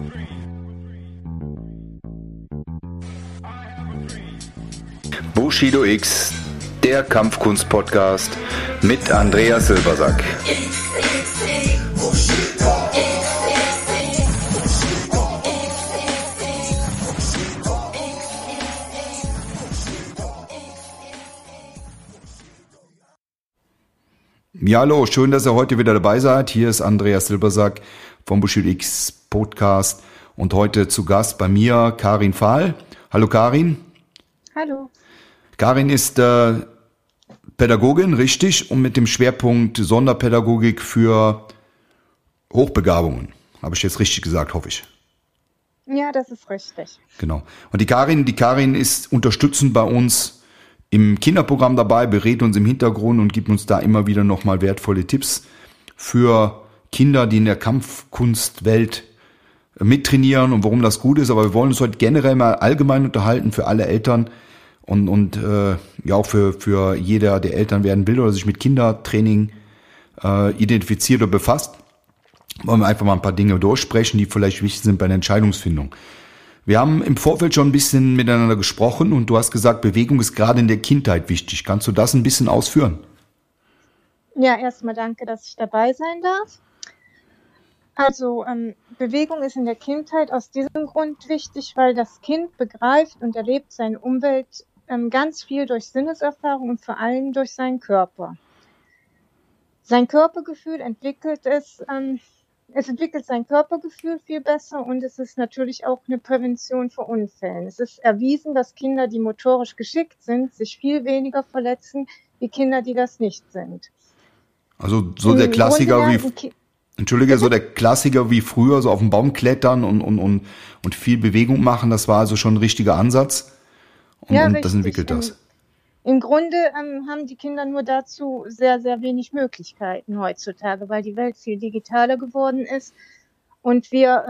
Bushido X, der Kampfkunst-Podcast mit Andreas Silbersack. Ja, hallo, schön, dass ihr heute wieder dabei seid. Hier ist Andreas Silbersack vom Bushido X Podcast und heute zu Gast bei mir Karin Fahl. Hallo Karin. Hallo. Karin ist Pädagogin, richtig, und mit dem Schwerpunkt Sonderpädagogik für Hochbegabungen. Habe ich jetzt richtig gesagt, hoffe ich. Ja, das ist richtig. Genau. Und die Karin ist unterstützend bei uns im Kinderprogramm dabei, berät uns im Hintergrund und gibt uns da immer wieder nochmal wertvolle Tipps für Kinder, die in der Kampfkunstwelt mittrainieren und warum das gut ist. Aber wir wollen uns heute generell mal allgemein unterhalten für alle Eltern und ja auch für jeder, der Eltern werden will oder sich mit Kindertraining identifiziert oder befasst. Wollen wir einfach mal ein paar Dinge durchsprechen, die vielleicht wichtig sind bei der Entscheidungsfindung. Wir haben im Vorfeld schon ein bisschen miteinander gesprochen und du hast gesagt, Bewegung ist gerade in der Kindheit wichtig. Kannst du das ein bisschen ausführen? Ja, erstmal danke, dass ich dabei sein darf. Also Bewegung ist in der Kindheit aus diesem Grund wichtig, weil das Kind begreift und erlebt seine Umwelt ganz viel durch Sinneserfahrung und vor allem durch seinen Körper. Sein Körpergefühl entwickelt es entwickelt sein Körpergefühl viel besser und es ist natürlich auch eine Prävention vor Unfällen. Es ist erwiesen, dass Kinder, die motorisch geschickt sind, sich viel weniger verletzen, wie Kinder, die das nicht sind. Also so der Klassiker so der Klassiker wie früher, so auf den Baum klettern und viel Bewegung machen, das war also schon ein richtiger Ansatz und das entwickelt das. Im Grunde haben die Kinder nur dazu sehr, sehr wenig Möglichkeiten heutzutage, weil die Welt viel digitaler geworden ist und wir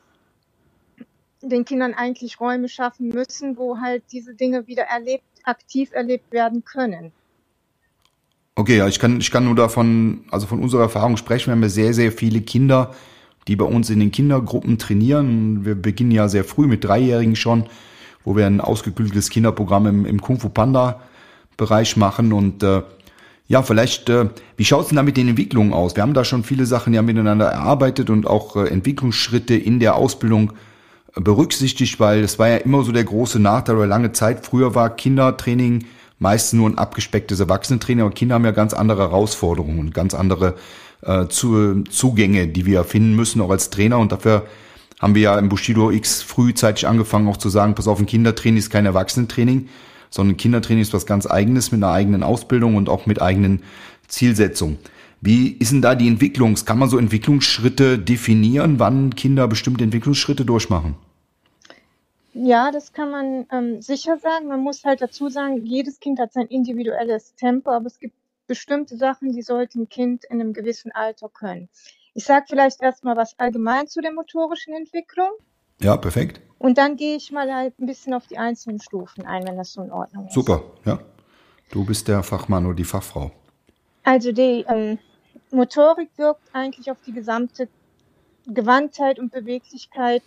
den Kindern eigentlich Räume schaffen müssen, wo halt diese Dinge wieder aktiv erlebt werden können. Okay, ja, ich kann nur von unserer Erfahrung sprechen. Wir haben ja sehr, sehr viele Kinder, die bei uns in den Kindergruppen trainieren. Wir beginnen ja sehr früh mit 3-Jährigen schon, wo wir ein ausgeklügeltes Kinderprogramm im Kung Fu Panda Bereich machen und ja, vielleicht, wie schaut es denn da mit den Entwicklungen aus? Wir haben da schon viele Sachen ja miteinander erarbeitet und auch Entwicklungsschritte in der Ausbildung berücksichtigt, weil es war ja immer so der große Nachteil oder lange Zeit. Früher war Kindertraining meist nur ein abgespecktes Erwachsenentraining, aber Kinder haben ja ganz andere Herausforderungen und ganz andere Zugänge, die wir finden müssen, auch als Trainer, und dafür haben wir ja im Bushido X frühzeitig angefangen auch zu sagen, pass auf, ein Kindertraining ist kein Erwachsenentraining, sondern Kindertraining ist was ganz Eigenes mit einer eigenen Ausbildung und auch mit eigenen Zielsetzungen. Wie ist denn da die kann man so Entwicklungsschritte definieren, wann Kinder bestimmte Entwicklungsschritte durchmachen? Ja, das kann man sicher sagen. Man muss halt dazu sagen, jedes Kind hat sein individuelles Tempo, aber es gibt bestimmte Sachen, die sollte ein Kind in einem gewissen Alter können. Ich sage vielleicht erstmal was allgemein zu der motorischen Entwicklung. Ja, perfekt. Und dann gehe ich mal halt ein bisschen auf die einzelnen Stufen ein, wenn das so in Ordnung ist. Super, ja. Du bist der Fachmann oder die Fachfrau. Also die Motorik wirkt eigentlich auf die gesamte Gewandtheit und Beweglichkeit.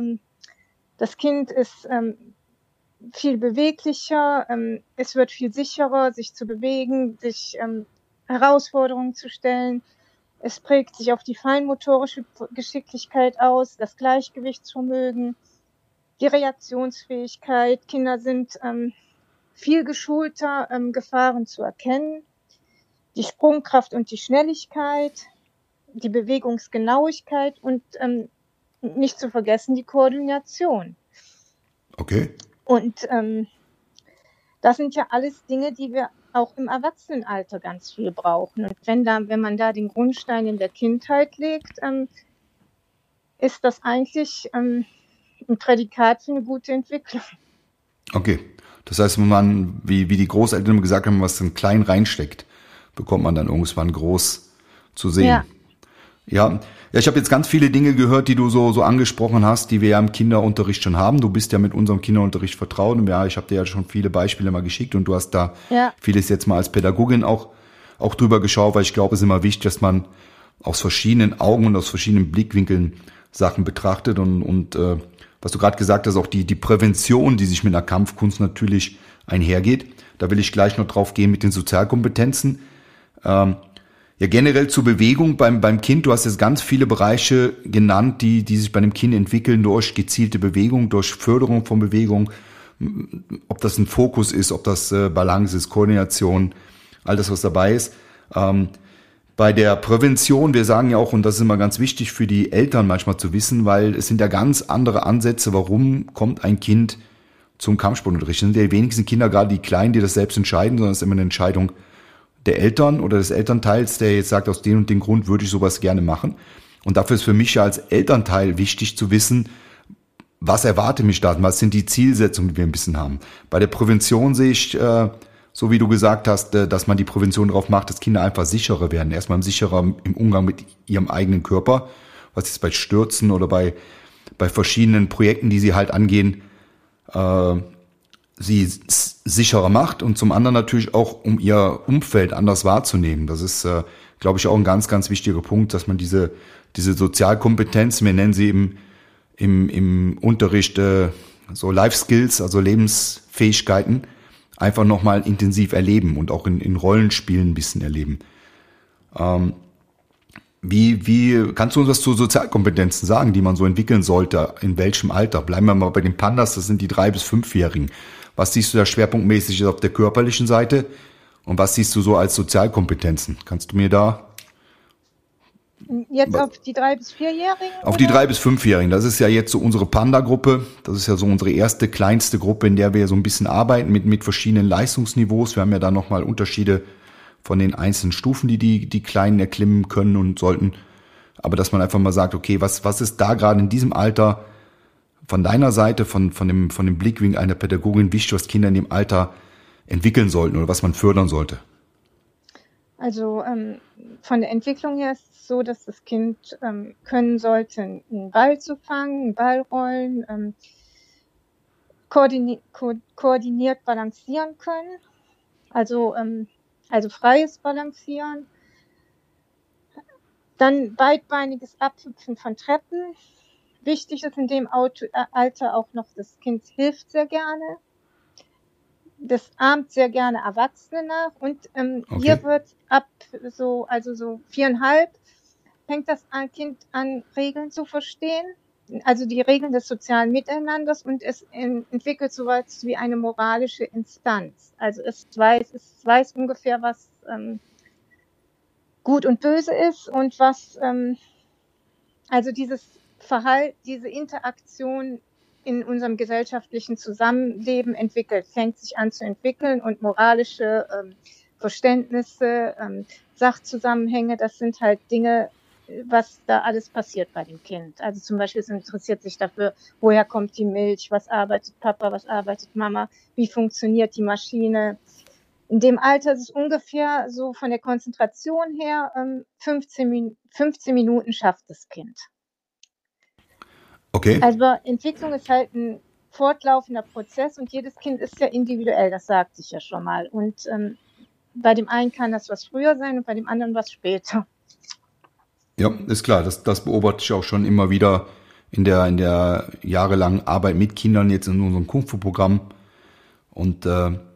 Das Kind ist viel beweglicher, es wird viel sicherer, sich zu bewegen, sich Herausforderungen zu stellen. Es prägt sich auf die feinmotorische Geschicklichkeit aus, das Gleichgewichtsvermögen, die Reaktionsfähigkeit. Kinder sind viel geschulter, Gefahren zu erkennen. Die Sprungkraft und die Schnelligkeit, die Bewegungsgenauigkeit und nicht zu vergessen die Koordination. Okay. Und das sind ja alles Dinge, die wir auch im Erwachsenenalter ganz viel brauchen. Und wenn man da den Grundstein in der Kindheit legt, ist das eigentlich ein Prädikat für eine gute Entwicklung. Okay. Das heißt, wenn man, wie die Großeltern gesagt haben, was dann klein reinsteckt, bekommt man dann irgendwann groß zu sehen. Ja, ich habe jetzt ganz viele Dinge gehört, die du so angesprochen hast, die wir ja im Kinderunterricht schon haben. Du bist ja mit unserem Kinderunterricht vertraut und ja, ich habe dir ja schon viele Beispiele mal geschickt und du hast da vieles jetzt mal als Pädagogin auch drüber geschaut, weil ich glaube, es ist immer wichtig, dass man aus verschiedenen Augen und aus verschiedenen Blickwinkeln Sachen betrachtet und was du gerade gesagt hast, auch die Prävention, die sich mit einer Kampfkunst natürlich einhergeht. Da will ich gleich noch drauf gehen mit den Sozialkompetenzen. Ja, generell zur Bewegung beim Kind. Du hast jetzt ganz viele Bereiche genannt, die sich bei einem Kind entwickeln durch gezielte Bewegung, durch Förderung von Bewegung. Ob das ein Fokus ist, ob das Balance ist, Koordination, all das, was dabei ist. Bei der Prävention, wir sagen ja auch, und das ist immer ganz wichtig für die Eltern manchmal zu wissen, weil es sind ja ganz andere Ansätze, warum kommt ein Kind zum Kampfsportunterricht. Es sind ja die wenigsten Kinder, gerade die Kleinen, die das selbst entscheiden, sondern es ist immer eine Entscheidung der Eltern oder des Elternteils, der jetzt sagt, aus dem und dem Grund würde ich sowas gerne machen. Und dafür ist für mich ja als Elternteil wichtig zu wissen, was erwarte mich da, was sind die Zielsetzungen, die wir ein bisschen haben. Bei der Prävention sehe ich, so wie du gesagt hast, dass man die Prävention darauf macht, dass Kinder einfach sicherer werden. Erstmal sicherer im Umgang mit ihrem eigenen Körper, was jetzt bei Stürzen oder bei verschiedenen Projekten, die sie halt angehen, sie sicherer macht und zum anderen natürlich auch, um ihr Umfeld anders wahrzunehmen. Das ist, glaube ich, auch ein ganz, ganz wichtiger Punkt, dass man diese Sozialkompetenz, wir nennen sie im Unterricht so Life Skills, also Lebensfähigkeiten, einfach nochmal intensiv erleben und auch in Rollenspielen ein bisschen erleben. Wie kannst du uns was zu Sozialkompetenzen sagen, die man so entwickeln sollte? In welchem Alter? Bleiben wir mal bei den Pandas, das sind die 3- bis 5-Jährigen. Was siehst du da schwerpunktmäßig auf der körperlichen Seite? Und was siehst du so als Sozialkompetenzen? Kannst du mir da... Jetzt auf die 3- bis 4-Jährigen? Auf die 3- bis 5-Jährigen. Das ist ja jetzt so unsere Panda-Gruppe. Das ist ja so unsere erste, kleinste Gruppe, in der wir so ein bisschen arbeiten mit verschiedenen Leistungsniveaus. Wir haben ja da nochmal Unterschiede von den einzelnen Stufen, die Kleinen erklimmen können und sollten. Aber dass man einfach mal sagt, okay, was ist da gerade in diesem Alter von deiner Seite, von dem Blickwinkel einer Pädagogin wichtig, was Kinder in dem Alter entwickeln sollten oder was man fördern sollte? Also von der Entwicklung her ist es so, dass das Kind können sollte, einen Ball zu fangen, einen Ball rollen, koordiniert balancieren können, also freies Balancieren, dann beidbeiniges Abhüpfen von Treppen. Wichtig ist in dem Alter auch noch, das Kind hilft sehr gerne. Das ahmt sehr gerne Erwachsene nach und Okay. hier wird ab so 4,5 fängt das Kind an, Regeln zu verstehen, also die Regeln des sozialen Miteinanders und es entwickelt so etwas wie eine moralische Instanz. Also es weiß ungefähr, was gut und böse ist und was, also dieses Verhalten, diese Interaktion in unserem gesellschaftlichen Zusammenleben fängt sich an zu entwickeln und moralische Verständnisse, Sachzusammenhänge, das sind halt Dinge, was da alles passiert bei dem Kind. Also zum Beispiel, es interessiert sich dafür, woher kommt die Milch, was arbeitet Papa, was arbeitet Mama, wie funktioniert die Maschine. In dem Alter ist es ungefähr so von der Konzentration her 15 Minuten schafft das Kind. Okay. Also Entwicklung ist halt ein fortlaufender Prozess und jedes Kind ist ja individuell, das sagte ich ja schon mal. Und bei dem einen kann das was früher sein und bei dem anderen was später. Ja, ist klar. Das beobachte ich auch schon immer wieder in der jahrelangen Arbeit mit Kindern jetzt in unserem Kung-Fu-Programm. Und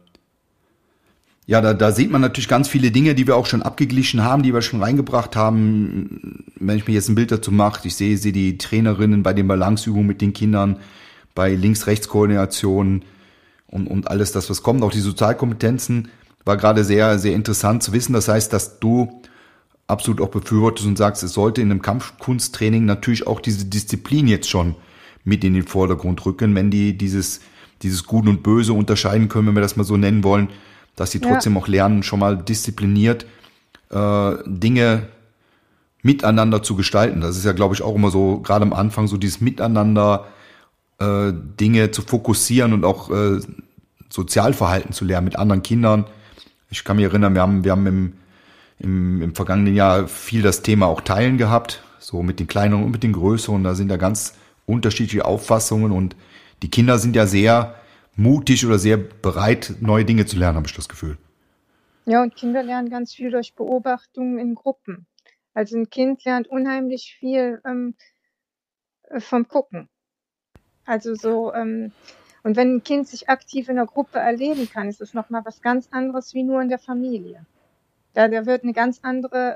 ja, da sieht man natürlich ganz viele Dinge, die wir auch schon abgeglichen haben, die wir schon reingebracht haben. Wenn ich mir jetzt ein Bild dazu mache, ich sehe die Trainerinnen bei den Balanceübungen mit den Kindern, bei Links-Rechts-Koordination und alles das, was kommt. Auch die Sozialkompetenzen war gerade sehr, sehr interessant zu wissen. Das heißt, dass du absolut auch befürwortest und sagst, es sollte in einem Kampfkunsttraining natürlich auch diese Disziplin jetzt schon mit in den Vordergrund rücken, wenn die dieses Gut und Böse unterscheiden können, wenn wir das mal so nennen wollen, dass sie trotzdem auch lernen, schon mal diszipliniert Dinge miteinander zu gestalten. Das ist ja, glaube ich, auch immer so, gerade am Anfang, so dieses Miteinander Dinge zu fokussieren und auch Sozialverhalten zu lernen mit anderen Kindern. Ich kann mich erinnern, wir haben im vergangenen Jahr viel das Thema auch Teilen gehabt, so mit den kleineren und mit den größeren. Da sind ja ganz unterschiedliche Auffassungen und die Kinder sind ja sehr mutig oder sehr bereit, neue Dinge zu lernen, habe ich das Gefühl. Ja, und Kinder lernen ganz viel durch Beobachtungen in Gruppen. Also ein Kind lernt unheimlich viel vom Gucken. Also so, und wenn ein Kind sich aktiv in der Gruppe erleben kann, ist es nochmal was ganz anderes wie nur in der Familie. Da wird eine ganz andere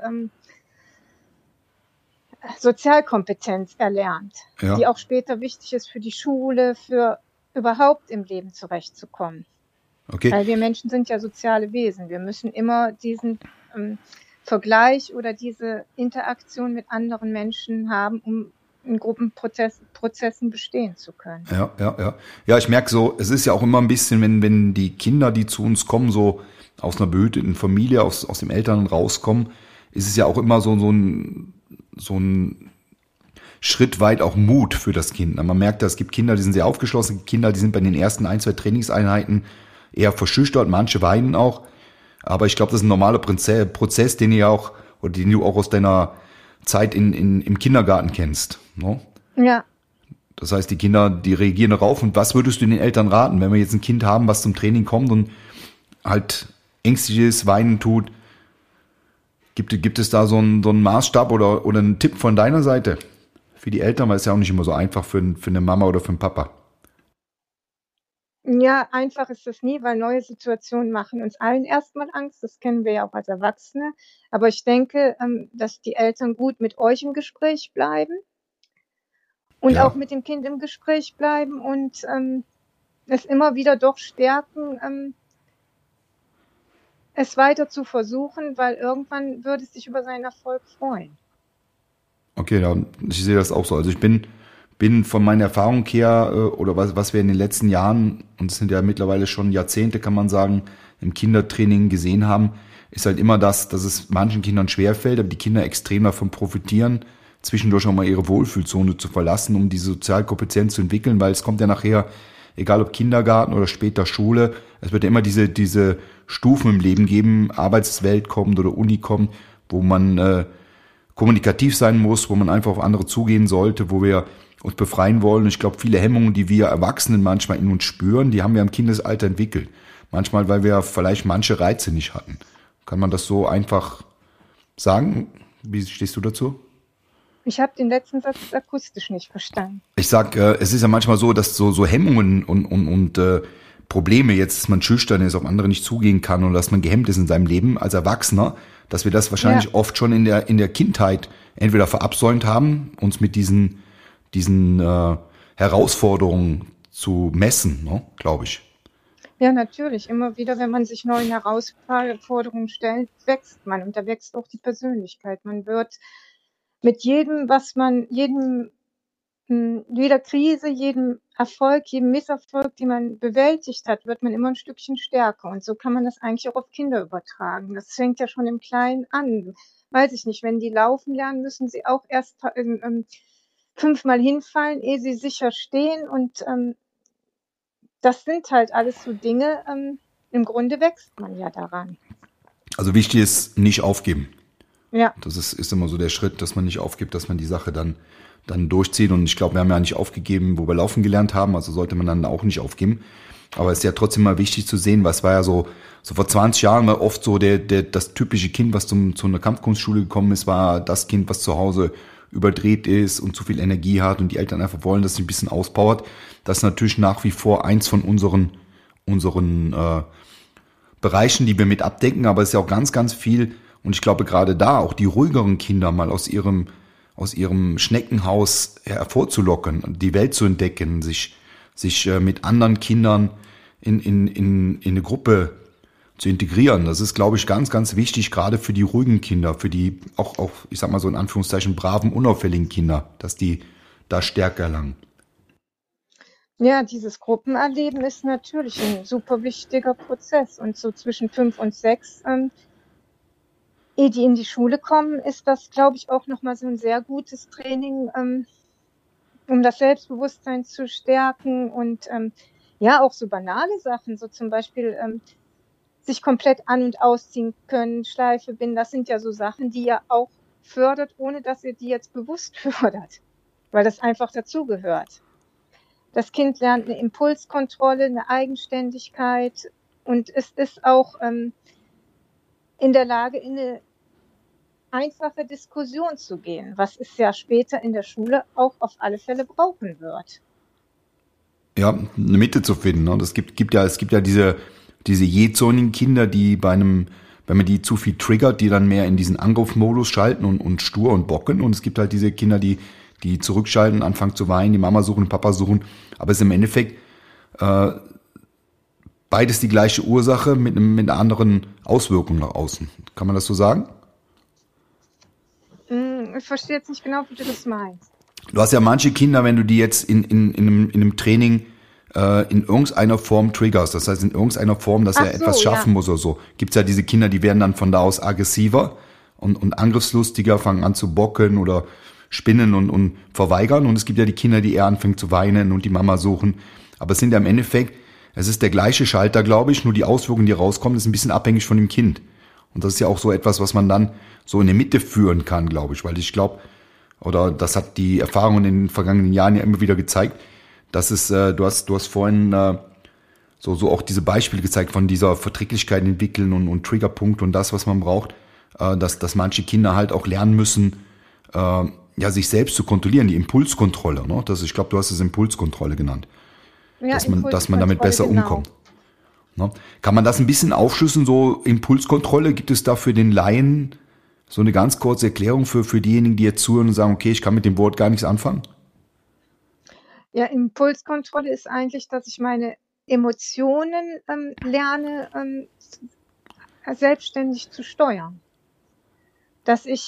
Sozialkompetenz erlernt, Ja, die auch später wichtig ist für die Schule, für überhaupt im Leben zurechtzukommen. okay. Weil wir Menschen sind ja soziale Wesen. Wir müssen immer diesen Vergleich oder diese Interaktion mit anderen Menschen haben, um in Gruppenprozessen bestehen zu können. Ja, ja, ja. Ja, ich merke so, es ist ja auch immer ein bisschen, wenn die Kinder, die zu uns kommen, so aus einer behüteten Familie, aus dem Eltern rauskommen, ist es ja auch immer so ein Schritt weit auch Mut für das Kind. Man merkt, es gibt Kinder, die sind sehr aufgeschlossen, Kinder, die sind bei den ersten ein, zwei Trainingseinheiten eher verschüchtert, manche weinen auch. Aber ich glaube, das ist ein normaler Prozess, den ihr auch, oder den du auch aus deiner Zeit im Kindergarten kennst. Ne? Ja, Das heißt, die Kinder, die reagieren darauf. Und was würdest du den Eltern raten, wenn wir jetzt ein Kind haben, was zum Training kommt und halt ängstlich ist, weinen tut? Gibt es da so einen Maßstab oder einen Tipp von deiner Seite für die Eltern? Weil es ja auch nicht immer so einfach für eine Mama oder für einen Papa. ja, einfach ist es nie, weil neue Situationen machen uns allen erstmal Angst. Das kennen wir ja auch als Erwachsene. Aber ich denke, dass die Eltern gut mit euch im Gespräch bleiben und auch Ja, mit dem Kind im Gespräch bleiben und es immer wieder doch stärken, es weiter zu versuchen, weil irgendwann würde es sich über seinen Erfolg freuen. okay, ich sehe das auch so. Also ich bin von meiner Erfahrung her, oder was wir in den letzten Jahren, und es sind ja mittlerweile schon Jahrzehnte, kann man sagen, im Kindertraining gesehen haben, ist halt immer das, dass es manchen Kindern schwerfällt, aber die Kinder extrem davon profitieren, zwischendurch auch mal ihre Wohlfühlzone zu verlassen, um diese Sozialkompetenz zu entwickeln, weil es kommt ja nachher, egal ob Kindergarten oder später Schule, es wird ja immer diese Stufen im Leben geben, Arbeitswelt kommt oder Uni kommt, wo man kommunikativ sein muss, wo man einfach auf andere zugehen sollte, wo wir uns befreien wollen. Ich glaube, viele Hemmungen, die wir Erwachsenen manchmal in uns spüren, die haben wir im Kindesalter entwickelt. Manchmal, weil wir vielleicht manche Reize nicht hatten. Kann man das so einfach sagen? Wie stehst du dazu? Ich habe den letzten Satz akustisch nicht verstanden. Ich sag, es ist ja manchmal so, dass so Hemmungen und Probleme, jetzt, dass man schüchtern ist, auf andere nicht zugehen kann oder dass man gehemmt ist in seinem Leben als Erwachsener, dass wir das Ja, wahrscheinlich oft schon in der Kindheit entweder verabsäumt haben, uns mit diesen Herausforderungen zu messen, ne, glaube ich. ja, natürlich. Immer wieder, wenn man sich neuen Herausforderungen stellt, wächst man und da wächst auch die Persönlichkeit. Man wird mit jedem, jeder Krise, jedem Erfolg, jedem Misserfolg, den man bewältigt hat, wird man immer ein Stückchen stärker. Und so kann man das eigentlich auch auf Kinder übertragen. Das fängt ja schon im Kleinen an. Weiß ich nicht, wenn die laufen lernen, müssen sie auch erst 5-mal hinfallen, ehe sie sicher stehen. Und das sind halt alles so Dinge, im Grunde wächst man ja daran. Also wichtig ist, nicht aufgeben. Ja, Das ist immer so der Schritt, dass man nicht aufgibt, dass man die Sache dann durchzieht. Und ich glaube, wir haben ja nicht aufgegeben, wo wir laufen gelernt haben, also sollte man dann auch nicht aufgeben. Aber es ist ja trotzdem mal wichtig zu sehen, was war ja so vor 20 Jahren war oft so das typische Kind, was zu einer Kampfkunstschule gekommen ist, war das Kind, was zu Hause überdreht ist und zu viel Energie hat und die Eltern einfach wollen, dass sie ein bisschen auspowert. Das ist natürlich nach wie vor eins von unseren Bereichen, die wir mit abdecken, aber es ist ja auch ganz, ganz viel, und ich glaube gerade da auch die ruhigeren Kinder mal aus ihrem Schneckenhaus hervorzulocken, die Welt zu entdecken, sich mit anderen Kindern in eine Gruppe zu integrieren. Das ist, glaube ich, ganz, ganz wichtig, gerade für die ruhigen Kinder, für die auch, ich sag mal so in Anführungszeichen, braven, unauffälligen Kinder, dass die da Stärke erlangen. ja, dieses Gruppenerleben ist natürlich ein super wichtiger Prozess. Und so zwischen 5 und 6, ehe die in die Schule kommen, ist das, glaube ich, auch nochmal so ein sehr gutes Training, um das Selbstbewusstsein zu stärken und ja, auch so banale Sachen, so zum Beispiel sich komplett an- und ausziehen können, Schleife binden, das sind ja so Sachen, die ihr auch fördert, ohne dass ihr die jetzt bewusst fördert, weil das einfach dazugehört. Das Kind lernt eine Impulskontrolle, eine Eigenständigkeit und es ist auch in der Lage, in eine einfache Diskussion zu gehen, was es ja später in der Schule auch auf alle Fälle brauchen wird. Ja, eine Mitte zu finden. Ne? Es gibt ja diese jähzornigen Kinder, die wenn man die zu viel triggert, die dann mehr in diesen Angriffmodus schalten und stur und bocken. Und es gibt halt diese Kinder, die zurückschalten, anfangen zu weinen, die Mama suchen, den Papa suchen. Aber es ist im Endeffekt beides die gleiche Ursache mit einer anderen Auswirkung nach außen. Kann man das so sagen? Ich verstehe jetzt nicht genau, wie du das meinst. Du hast ja manche Kinder, wenn du die jetzt in einem Training in irgendeiner Form triggerst, das heißt in irgendeiner Form, dass Ach er so, etwas ja. schaffen muss oder so, gibt's ja diese Kinder, die werden dann von da aus aggressiver und angriffslustiger, fangen an zu bocken oder spinnen und verweigern. Und es gibt ja die Kinder, die eher anfangen zu weinen und die Mama suchen. Aber es sind ja im Endeffekt, es ist der gleiche Schalter, glaube ich, nur die Auswirkungen, die rauskommen, ist ein bisschen abhängig von dem Kind. Und das ist ja auch so etwas, was man dann so in der Mitte führen kann, glaube ich. Weil ich glaube, oder das hat die Erfahrung in den vergangenen Jahren ja immer wieder gezeigt, dass es, du hast vorhin so auch diese Beispiele gezeigt von dieser Verträglichkeit entwickeln und Triggerpunkt und das, was man braucht, dass manche Kinder halt auch lernen müssen, ja, sich selbst zu kontrollieren, die Impulskontrolle. Ne? Ich glaube, du hast es Impulskontrolle genannt, Ja, dass man damit besser Impulskontrolle, genau. umkommt. Ne? Kann man das ein bisschen aufschlüsseln, so Impulskontrolle? Gibt es da für den Laien so eine ganz kurze Erklärung für diejenigen, die jetzt zuhören und sagen, okay, ich kann mit dem Wort gar nichts anfangen? Ja, Impulskontrolle ist eigentlich, dass ich meine Emotionen lerne, selbstständig zu steuern. Dass ich,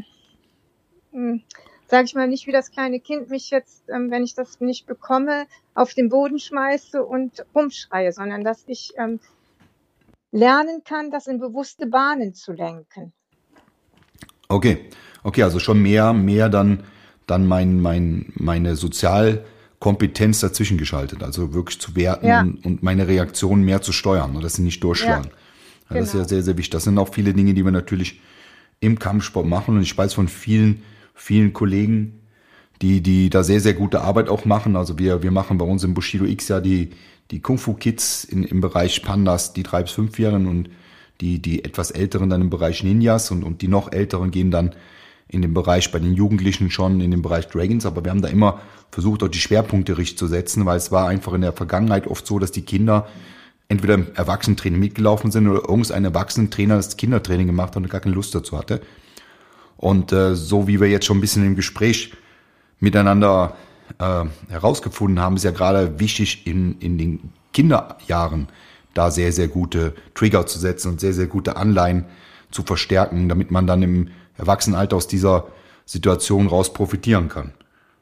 sage ich mal, nicht wie das kleine Kind mich jetzt, wenn ich das nicht bekomme, auf den Boden schmeiße und rumschreie, sondern dass ich lernen kann, das in bewusste Bahnen zu lenken. Okay, okay, also schon mehr dann meine Sozialkompetenz dazwischen geschaltet, also wirklich zu werten Ja, und meine Reaktionen mehr zu steuern, ne, dass sie nicht ja, durchschlagen. Ja, das ist ja genau. sehr, sehr wichtig. Das sind auch viele Dinge, die wir natürlich im Kampfsport machen und ich weiß von vielen Kollegen, die da sehr, sehr gute Arbeit auch machen. Also wir machen bei uns im Bushido X ja die Kung Fu Kids im Bereich Pandas, die 3- bis 5-Jährigen und die etwas Älteren dann im Bereich Ninjas und die noch Älteren gehen dann in den Bereich bei den Jugendlichen schon in den Bereich Dragons. Aber wir haben da immer versucht, auch die Schwerpunkte richtig zu setzen, weil es war einfach in der Vergangenheit oft so, dass die Kinder entweder im Erwachsenentraining mitgelaufen sind oder irgendein Erwachsenentrainer das Kindertraining gemacht hat und gar keine Lust dazu hatte. Und so wie wir jetzt schon ein bisschen im Gespräch miteinander herausgefunden haben, ist ja gerade wichtig in den Kinderjahren da sehr, sehr gute Trigger zu setzen und sehr, sehr gute Anleihen zu verstärken, damit man dann im Erwachsenenalter aus dieser Situation raus profitieren kann.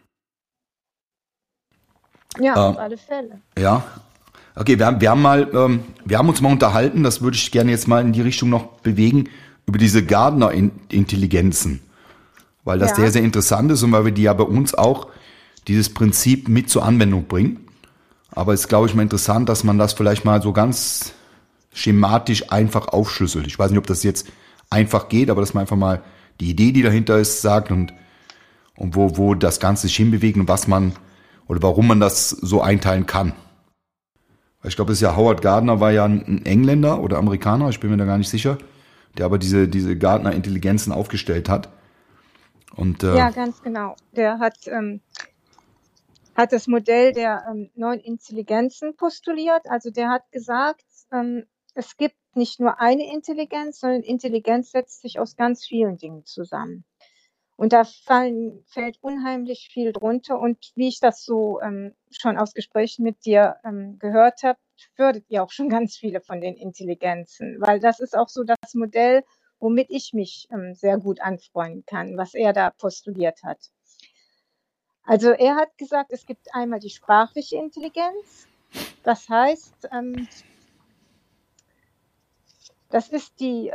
Ja, Äh, auf alle Fälle. ja, okay, wir haben uns mal unterhalten, das würde ich gerne jetzt mal in die Richtung noch bewegen, über diese Gardner-Intelligenzen, weil das sehr, Ja, sehr interessant ist und weil wir die ja bei uns auch dieses Prinzip mit zur Anwendung bringen. Aber es ist, glaube ich, mal interessant, dass man das vielleicht mal so ganz schematisch einfach aufschlüsselt. Ich weiß nicht, ob das jetzt einfach geht, aber dass man einfach mal die Idee, die dahinter ist, sagt und wo das Ganze sich hinbewegt und was man oder warum man das so einteilen kann. Ich glaube, es ist ja Howard Gardner war ja ein Engländer oder Amerikaner, ich bin mir da gar nicht sicher, der aber diese Gardner-Intelligenzen aufgestellt hat. Und ja, ganz genau. Der hat das Modell der 9 Intelligenzen postuliert. Also der hat gesagt, es gibt nicht nur eine Intelligenz, sondern Intelligenz setzt sich aus ganz vielen Dingen zusammen. Und da fällt unheimlich viel drunter. Und wie ich das so schon aus Gesprächen mit dir gehört habe, würdet ihr auch schon ganz viele von den Intelligenzen, weil das ist auch so das Modell, womit ich mich sehr gut anfreunden kann, was er da postuliert hat. Also er hat gesagt, es gibt einmal die sprachliche Intelligenz. Das heißt, das ist die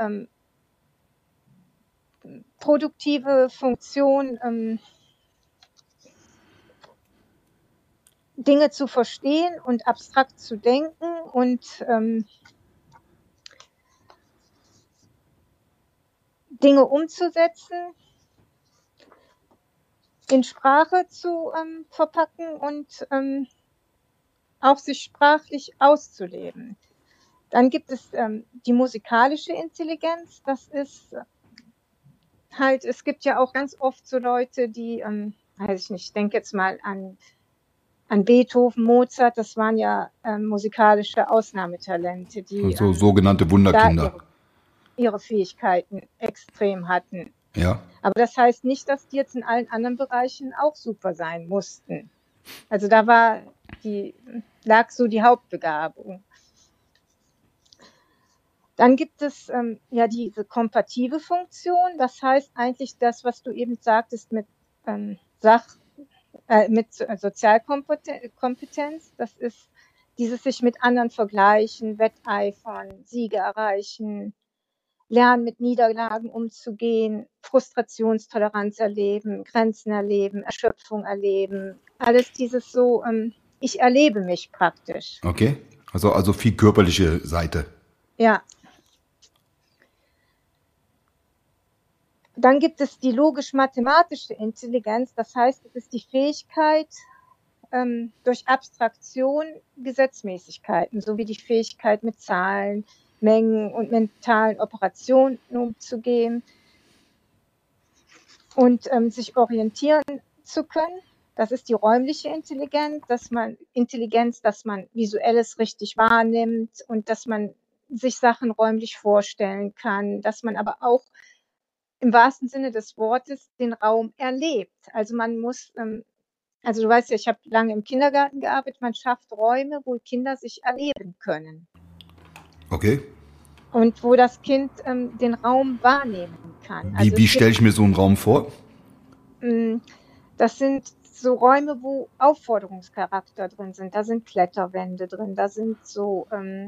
produktive Funktion, Dinge zu verstehen und abstrakt zu denken und Dinge umzusetzen, in Sprache zu verpacken und auch sich sprachlich auszuleben. Dann gibt es die musikalische Intelligenz. Das ist halt, es gibt ja auch ganz oft so Leute, die, weiß ich nicht, ich denke jetzt mal an Beethoven, Mozart, das waren ja musikalische Ausnahmetalente, die So sogenannte da Wunderkinder. ihre Fähigkeiten extrem hatten. Ja. Aber das heißt nicht, dass die jetzt in allen anderen Bereichen auch super sein mussten. Also da lag so die Hauptbegabung. Dann gibt es ja diese kompative Funktion. Das heißt eigentlich das, was du eben sagtest mit Sozialkompetenz. Das ist dieses sich mit anderen vergleichen, wetteifern, Siege erreichen, lernen, mit Niederlagen umzugehen, Frustrationstoleranz erleben, Grenzen erleben, Erschöpfung erleben. Alles dieses so, ich erlebe mich praktisch. Okay. Also viel körperliche Seite. Ja. Dann gibt es die logisch-mathematische Intelligenz. Das heißt, es ist die Fähigkeit, durch Abstraktion Gesetzmäßigkeiten, sowie die Fähigkeit mit Zahlen, Mengen und mentalen Operationen umzugehen und sich orientieren zu können. Das ist die räumliche Intelligenz, dass man Visuelles richtig wahrnimmt und dass man sich Sachen räumlich vorstellen kann, dass man aber auch im wahrsten Sinne des Wortes den Raum erlebt. Also man muss, also du weißt ja, ich habe lange im Kindergarten gearbeitet, man schafft Räume, wo Kinder sich erleben können. Okay. Und wo das Kind den Raum wahrnehmen kann. Wie stelle ich mir so einen Raum vor? Das sind so Räume, wo Aufforderungscharakter drin sind. Da sind Kletterwände drin, da sind so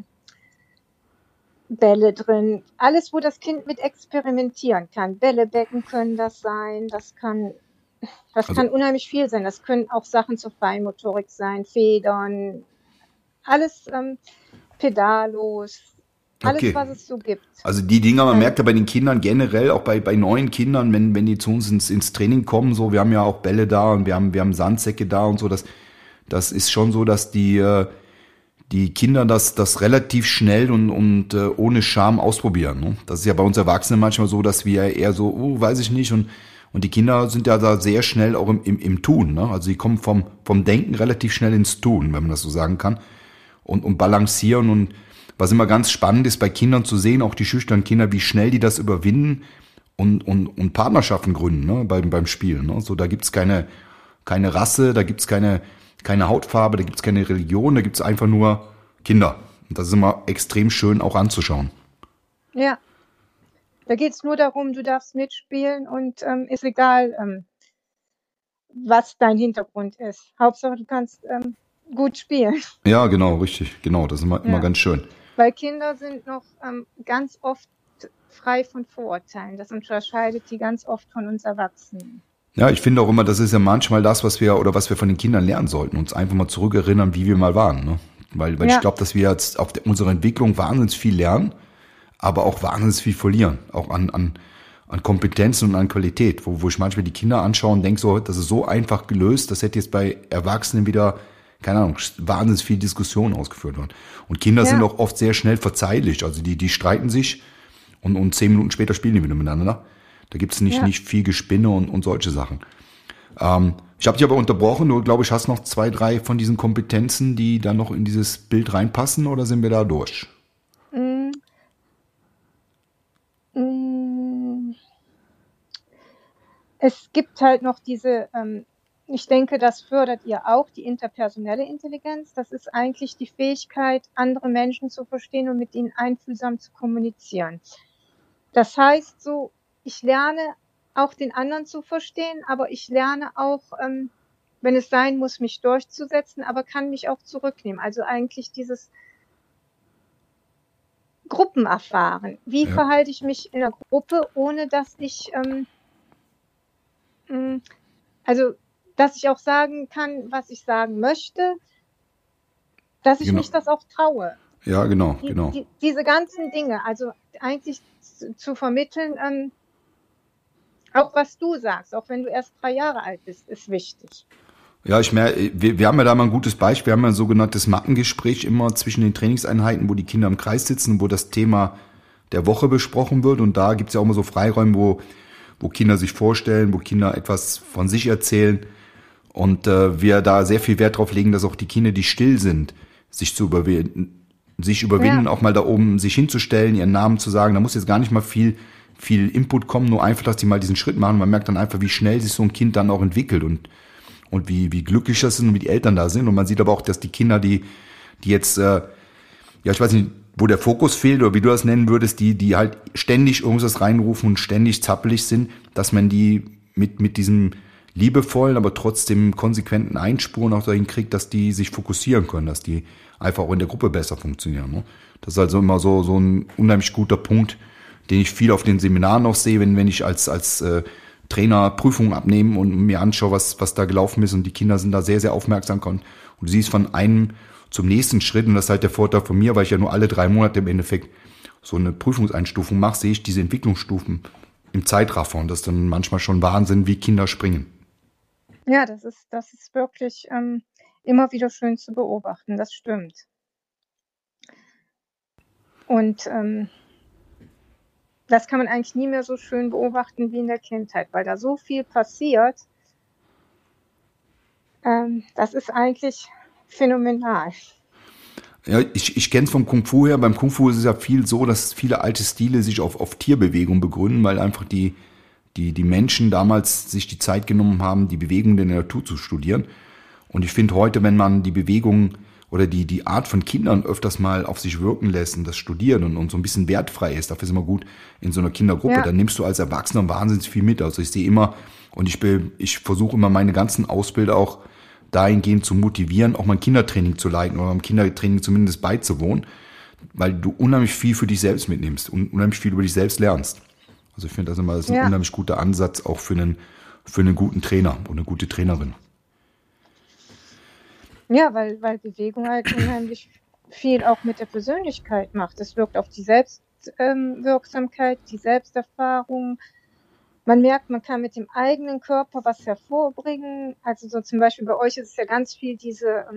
Bälle drin. Alles, wo das Kind mit experimentieren kann. Bällebecken können das sein, das kann unheimlich viel sein. Das können auch Sachen zur Feinmotorik sein, Federn, alles Pedalos, alles, Okay. was es so gibt. Also die Dinger, man merkt ja bei den Kindern generell, auch bei neuen Kindern, wenn die zu uns ins Training kommen, so, wir haben ja auch Bälle da und wir haben Sandsäcke da und so, das ist schon so, dass die Kinder das relativ schnell und ohne Scham ausprobieren. Ne? Das ist ja bei uns Erwachsenen manchmal so, dass wir eher so, weiß ich nicht, und die Kinder sind ja da sehr schnell auch im Tun. Ne? Also die kommen vom Denken relativ schnell ins Tun, wenn man das so sagen kann, und balancieren. Und was immer ganz spannend ist bei Kindern zu sehen, auch die schüchternen Kinder, wie schnell die das überwinden und Partnerschaften gründen, ne? beim Spielen. Ne? So, da gibt's keine Rasse, da gibt's keine Hautfarbe, da gibt's keine Religion, da gibt's einfach nur Kinder. Und das ist immer extrem schön auch anzuschauen. Ja, da geht es nur darum, du darfst mitspielen und ist egal, was dein Hintergrund ist. Hauptsache, du kannst gut spielen. Ja, genau, richtig. Genau, das ist immer ganz schön. Weil Kinder sind noch ganz oft frei von Vorurteilen. Das unterscheidet die ganz oft von uns Erwachsenen. Ja, ich finde auch immer, das ist ja manchmal das, was wir von den Kindern lernen sollten, uns einfach mal zurückerinnern, wie wir mal waren. Ne? Weil ich glaube, dass wir jetzt auf unserer Entwicklung wahnsinnig viel lernen, aber auch wahnsinnig viel verlieren, auch an Kompetenzen und an Qualität, wo ich manchmal die Kinder anschaue und denke so, das ist so einfach gelöst, das hätte jetzt bei Erwachsenen wieder, keine Ahnung, wahnsinnig viel Diskussion ausgeführt worden. Und Kinder sind auch oft sehr schnell verzeihlich, also die streiten sich und 10 Minuten später spielen die wieder miteinander. Da gibt's nicht viel Gespinne und solche Sachen. Ich habe dich aber unterbrochen. Du, glaube ich, hast noch 2, 3 von diesen Kompetenzen, die dann noch in dieses Bild reinpassen, oder sind wir da durch? Es gibt halt noch diese, ich denke, das fördert ihr auch, die interpersonelle Intelligenz. Das ist eigentlich die Fähigkeit, andere Menschen zu verstehen und mit ihnen einfühlsam zu kommunizieren. Das heißt so, ich lerne auch den anderen zu verstehen, aber ich lerne auch, wenn es sein muss, mich durchzusetzen, aber kann mich auch zurücknehmen. Also eigentlich dieses Gruppenerfahren. Wie verhalte ich mich in der Gruppe, ohne dass ich, also dass ich auch sagen kann, was ich sagen möchte, dass ich mich das auch traue. Ja, genau. Diese ganzen Dinge, also eigentlich zu vermitteln, auch was du sagst, auch wenn du erst 3 Jahre alt bist, ist wichtig. Ja, ich merke, wir haben ja da mal ein gutes Beispiel. Wir haben ja ein sogenanntes Mattengespräch immer zwischen den Trainingseinheiten, wo die Kinder im Kreis sitzen, wo das Thema der Woche besprochen wird. Und da gibt's ja auch immer so Freiräume, wo Kinder sich vorstellen, wo Kinder etwas von sich erzählen. Und wir da sehr viel Wert drauf legen, dass auch die Kinder, die still sind, sich überwinden, auch mal da oben sich hinzustellen, ihren Namen zu sagen. Da muss jetzt gar nicht mal viel Input kommen, nur einfach, dass die mal diesen Schritt machen. Man merkt dann einfach, wie schnell sich so ein Kind dann auch entwickelt und wie glücklich das sind und wie die Eltern da sind. Und man sieht aber auch, dass die Kinder, die jetzt, ich weiß nicht, wo der Fokus fehlt oder wie du das nennen würdest, die halt ständig irgendwas reinrufen und ständig zappelig sind, dass man die mit diesem liebevollen, aber trotzdem konsequenten Einspuren auch dahin kriegt, dass die sich fokussieren können, dass die einfach auch in der Gruppe besser funktionieren. Ne? Das ist also immer so ein unheimlich guter Punkt, den ich viel auf den Seminaren noch sehe, wenn ich als Trainer Prüfungen abnehme und mir anschaue, was da gelaufen ist, und die Kinder sind da sehr, sehr aufmerksam. Und du siehst von einem zum nächsten Schritt, und das ist halt der Vorteil von mir, weil ich ja nur alle 3 Monate im Endeffekt so eine Prüfungseinstufung mache, sehe ich diese Entwicklungsstufen im Zeitraffer, und das ist dann manchmal schon Wahnsinn, wie Kinder springen. Ja, das ist wirklich immer wieder schön zu beobachten, das stimmt. Und das kann man eigentlich nie mehr so schön beobachten wie in der Kindheit, weil da so viel passiert. Das ist eigentlich phänomenal. Ja, ich kenne es vom Kung Fu her. Beim Kung Fu ist es ja viel so, dass viele alte Stile sich auf Tierbewegung begründen, weil einfach die Menschen damals sich die Zeit genommen haben, die Bewegung der Natur zu studieren. Und ich finde heute, wenn man die Bewegung oder die Art von Kindern öfters mal auf sich wirken lässt und das studieren und so ein bisschen wertfrei ist, dafür ist immer gut in so einer Kindergruppe, dann nimmst du als Erwachsener wahnsinnig viel mit. Also ich sehe immer, und ich versuche immer meine ganzen Ausbilder auch dahingehend zu motivieren, auch mal ein Kindertraining zu leiten oder am Kindertraining zumindest beizuwohnen, weil du unheimlich viel für dich selbst mitnimmst und unheimlich viel über dich selbst lernst. Also ich finde das ist ein unheimlich guter Ansatz auch für einen guten Trainer und eine gute Trainerin. Ja, weil Bewegung halt unheimlich viel auch mit der Persönlichkeit macht. Es wirkt auf die Selbstwirksamkeit, die Selbsterfahrung. Man merkt, man kann mit dem eigenen Körper was hervorbringen. Also so zum Beispiel bei euch ist es ja ganz viel diese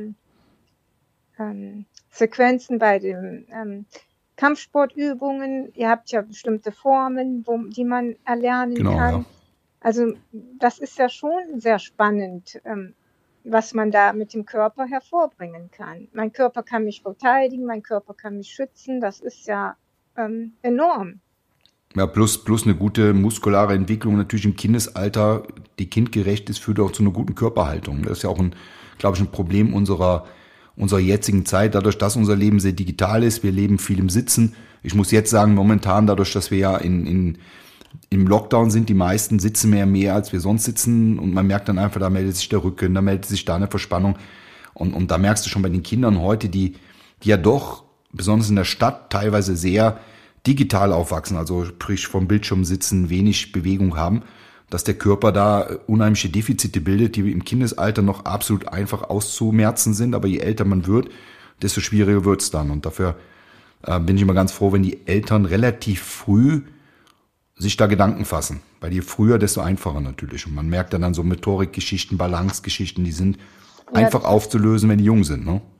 Sequenzen bei den Kampfsportübungen. Ihr habt ja bestimmte Formen, die man erlernen kann. Ja. Also das ist ja schon sehr spannend, was man da mit dem Körper hervorbringen kann. Mein Körper kann mich verteidigen, mein Körper kann mich schützen. Das ist ja enorm. Ja, plus eine gute muskulare Entwicklung natürlich im Kindesalter, die kindgerecht ist, führt auch zu einer guten Körperhaltung. Das ist ja auch glaube ich, ein Problem unserer jetzigen Zeit, dadurch, dass unser Leben sehr digital ist. Wir leben viel im Sitzen. Ich muss jetzt sagen, momentan, dadurch, dass wir ja im Lockdown sind, die meisten sitzen mehr, als wir sonst sitzen, und man merkt dann einfach, da meldet sich der Rücken, da meldet sich da eine Verspannung, und da merkst du schon bei den Kindern heute, die ja doch, besonders in der Stadt, teilweise sehr digital aufwachsen, also sprich vom Bildschirm sitzen, wenig Bewegung haben, dass der Körper da unheimliche Defizite bildet, die im Kindesalter noch absolut einfach auszumerzen sind, aber je älter man wird, desto schwieriger wird's dann, und dafür bin ich immer ganz froh, wenn die Eltern relativ früh sich da Gedanken fassen, weil je früher, desto einfacher natürlich, und man merkt dann so Motorikgeschichten, Balancegeschichten, die sind einfach aufzulösen, wenn die jung sind, ne?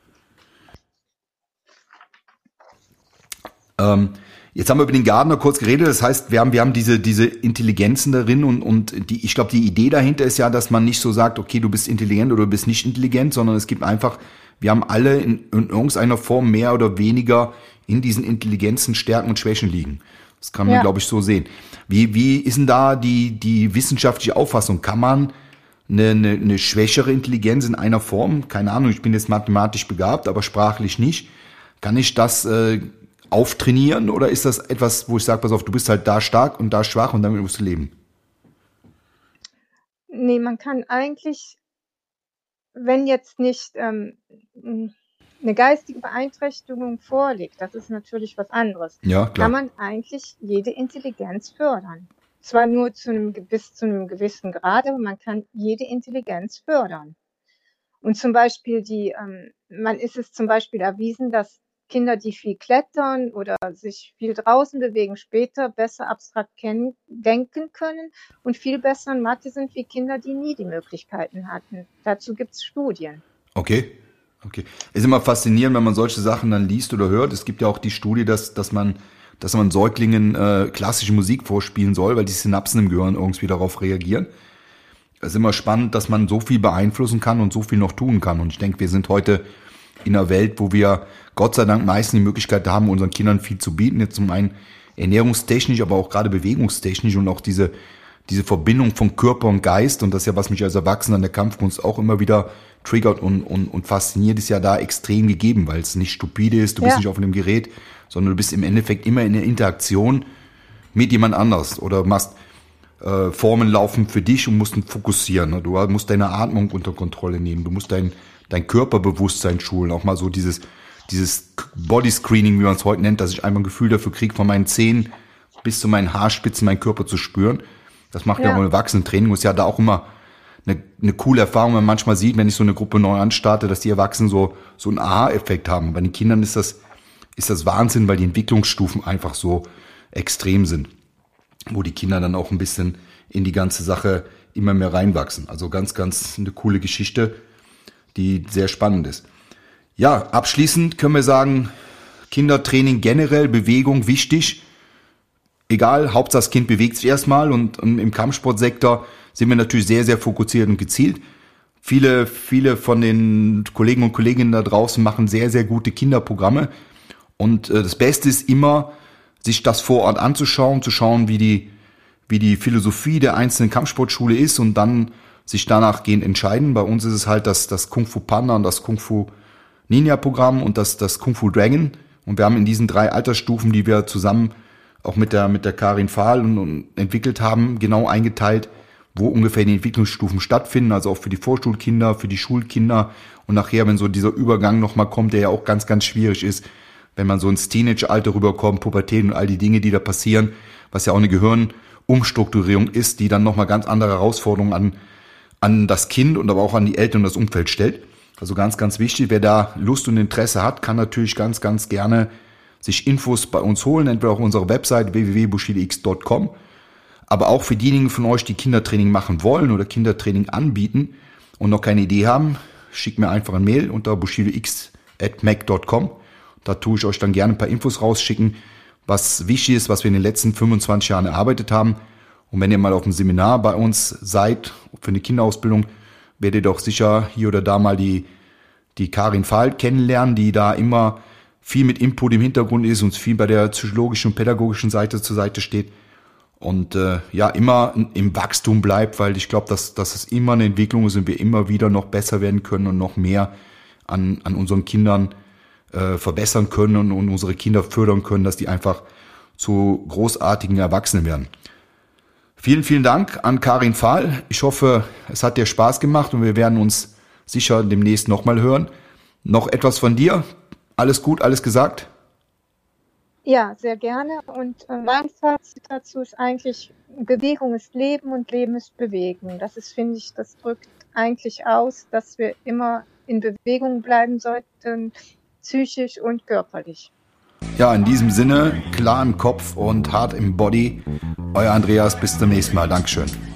Jetzt haben wir über den Gardner kurz geredet, das heißt, wir haben diese Intelligenzen darin, und ich glaube, die Idee dahinter ist ja, dass man nicht so sagt, okay, du bist intelligent oder du bist nicht intelligent, sondern es gibt einfach, wir haben alle in irgendeiner Form mehr oder weniger in diesen Intelligenzen Stärken und Schwächen liegen. Das kann man, glaube ich, so sehen. Wie ist denn da die wissenschaftliche Auffassung? Kann man eine schwächere Intelligenz in einer Form, keine Ahnung, ich bin jetzt mathematisch begabt, aber sprachlich nicht, kann ich das auftrainieren, oder ist das etwas, wo ich sage, pass auf, du bist halt da stark und da schwach und damit musst du leben? Nee, man kann eigentlich, wenn jetzt nicht eine geistige Beeinträchtigung vorliegt, das ist natürlich was anderes, kann man eigentlich jede Intelligenz fördern. Zwar nur bis zu einem gewissen Grad, aber man kann jede Intelligenz fördern. Und zum Beispiel ist es zum Beispiel erwiesen, dass Kinder, die viel klettern oder sich viel draußen bewegen, später besser abstrakt denken können und viel besser in Mathe sind wie Kinder, die nie die Möglichkeiten hatten. Dazu gibt es Studien. Okay. Ist immer faszinierend, wenn man solche Sachen dann liest oder hört. Es gibt ja auch die Studie, dass man dass man Säuglingen klassische Musik vorspielen soll, weil die Synapsen im Gehirn irgendwie darauf reagieren. Es ist immer spannend, dass man so viel beeinflussen kann und so viel noch tun kann. Und ich denke, wir sind heute in einer Welt, wo wir Gott sei Dank meistens die Möglichkeit haben, unseren Kindern viel zu bieten. Jetzt zum einen ernährungstechnisch, aber auch gerade bewegungstechnisch und auch diese Verbindung von Körper und Geist. Und das ist ja, was mich als Erwachsener in der Kampfkunst auch immer wieder triggert und fasziniert, ist ja da extrem gegeben, weil es nicht stupide ist, du bist nicht auf einem Gerät, sondern du bist im Endeffekt immer in der Interaktion mit jemand anders oder machst Formen laufen für dich und musst ihn fokussieren. Du musst deine Atmung unter Kontrolle nehmen, du musst dein Körperbewusstsein schulen, auch mal so dieses Body Screening, wie man es heute nennt, dass ich einmal ein Gefühl dafür kriege, von meinen Zehen bis zu meinen Haarspitzen meinen Körper zu spüren. Das macht ja auch im Erwachsenentraining, ist ja da auch immer eine coole Erfahrung, wenn man manchmal sieht, wenn ich so eine Gruppe neu anstarte, dass die Erwachsenen so einen Aha-Effekt haben. Bei den Kindern ist das Wahnsinn, weil die Entwicklungsstufen einfach so extrem sind, wo die Kinder dann auch ein bisschen in die ganze Sache immer mehr reinwachsen. Also ganz, ganz eine coole Geschichte, die sehr spannend ist. Ja, abschließend können wir sagen, Kindertraining generell, Bewegung wichtig. Egal, Hauptsache das Kind bewegt sich erstmal und im Kampfsportsektor sind wir natürlich sehr, sehr fokussiert und gezielt. Viele von den Kollegen und Kolleginnen da draußen machen sehr, sehr gute Kinderprogramme. Und das Beste ist immer, sich das vor Ort anzuschauen, zu schauen, wie die Philosophie der einzelnen Kampfsportschule ist und dann sich danach gehend entscheiden. Bei uns ist es halt das Kung Fu Panda und das Kung Fu Ninja Programm und das Kung Fu Dragon. Und wir haben in diesen 3 Altersstufen, die wir zusammen auch mit der Karin Fahl und entwickelt haben, genau eingeteilt, wo ungefähr die Entwicklungsstufen stattfinden, also auch für die Vorschulkinder, für die Schulkinder und nachher, wenn so dieser Übergang nochmal kommt, der ja auch ganz, ganz schwierig ist, wenn man so ins Teenage-Alter rüberkommt, Pubertät und all die Dinge, die da passieren, was ja auch eine Gehirnumstrukturierung ist, die dann nochmal ganz andere Herausforderungen an das Kind und aber auch an die Eltern und das Umfeld stellt. Also ganz, ganz wichtig, wer da Lust und Interesse hat, kann natürlich ganz, ganz gerne sich Infos bei uns holen, entweder auf unserer Website www.bushidox.com, aber auch für diejenigen von euch, die Kindertraining machen wollen oder Kindertraining anbieten und noch keine Idee haben, schickt mir einfach eine Mail unter bushidox@mac.com. Da tue ich euch dann gerne ein paar Infos rausschicken, was wichtig ist, was wir in den letzten 25 Jahren erarbeitet haben. Und wenn ihr mal auf einem Seminar bei uns seid, für eine Kinderausbildung, werdet ihr doch sicher hier oder da mal die Karin Fahl kennenlernen, die da immer viel mit Input im Hintergrund ist und viel bei der psychologischen und pädagogischen Seite zur Seite steht und immer im Wachstum bleibt, weil ich glaube, dass es immer eine Entwicklung ist und wir immer wieder noch besser werden können und noch mehr an unseren Kindern verbessern können und unsere Kinder fördern können, dass die einfach zu großartigen Erwachsenen werden. Vielen, vielen Dank an Karin Fahl. Ich hoffe, es hat dir Spaß gemacht und wir werden uns sicher demnächst nochmal hören. Noch etwas von dir? Alles gut, alles gesagt? Ja, sehr gerne. Und mein Fazit dazu ist eigentlich, Bewegung ist Leben und Leben ist Bewegen. Das ist, finde ich, das drückt eigentlich aus, dass wir immer in Bewegung bleiben sollten, psychisch und körperlich. Ja, in diesem Sinne, klar im Kopf und hart im Body. Euer Andreas, bis zum nächsten Mal. Dankeschön.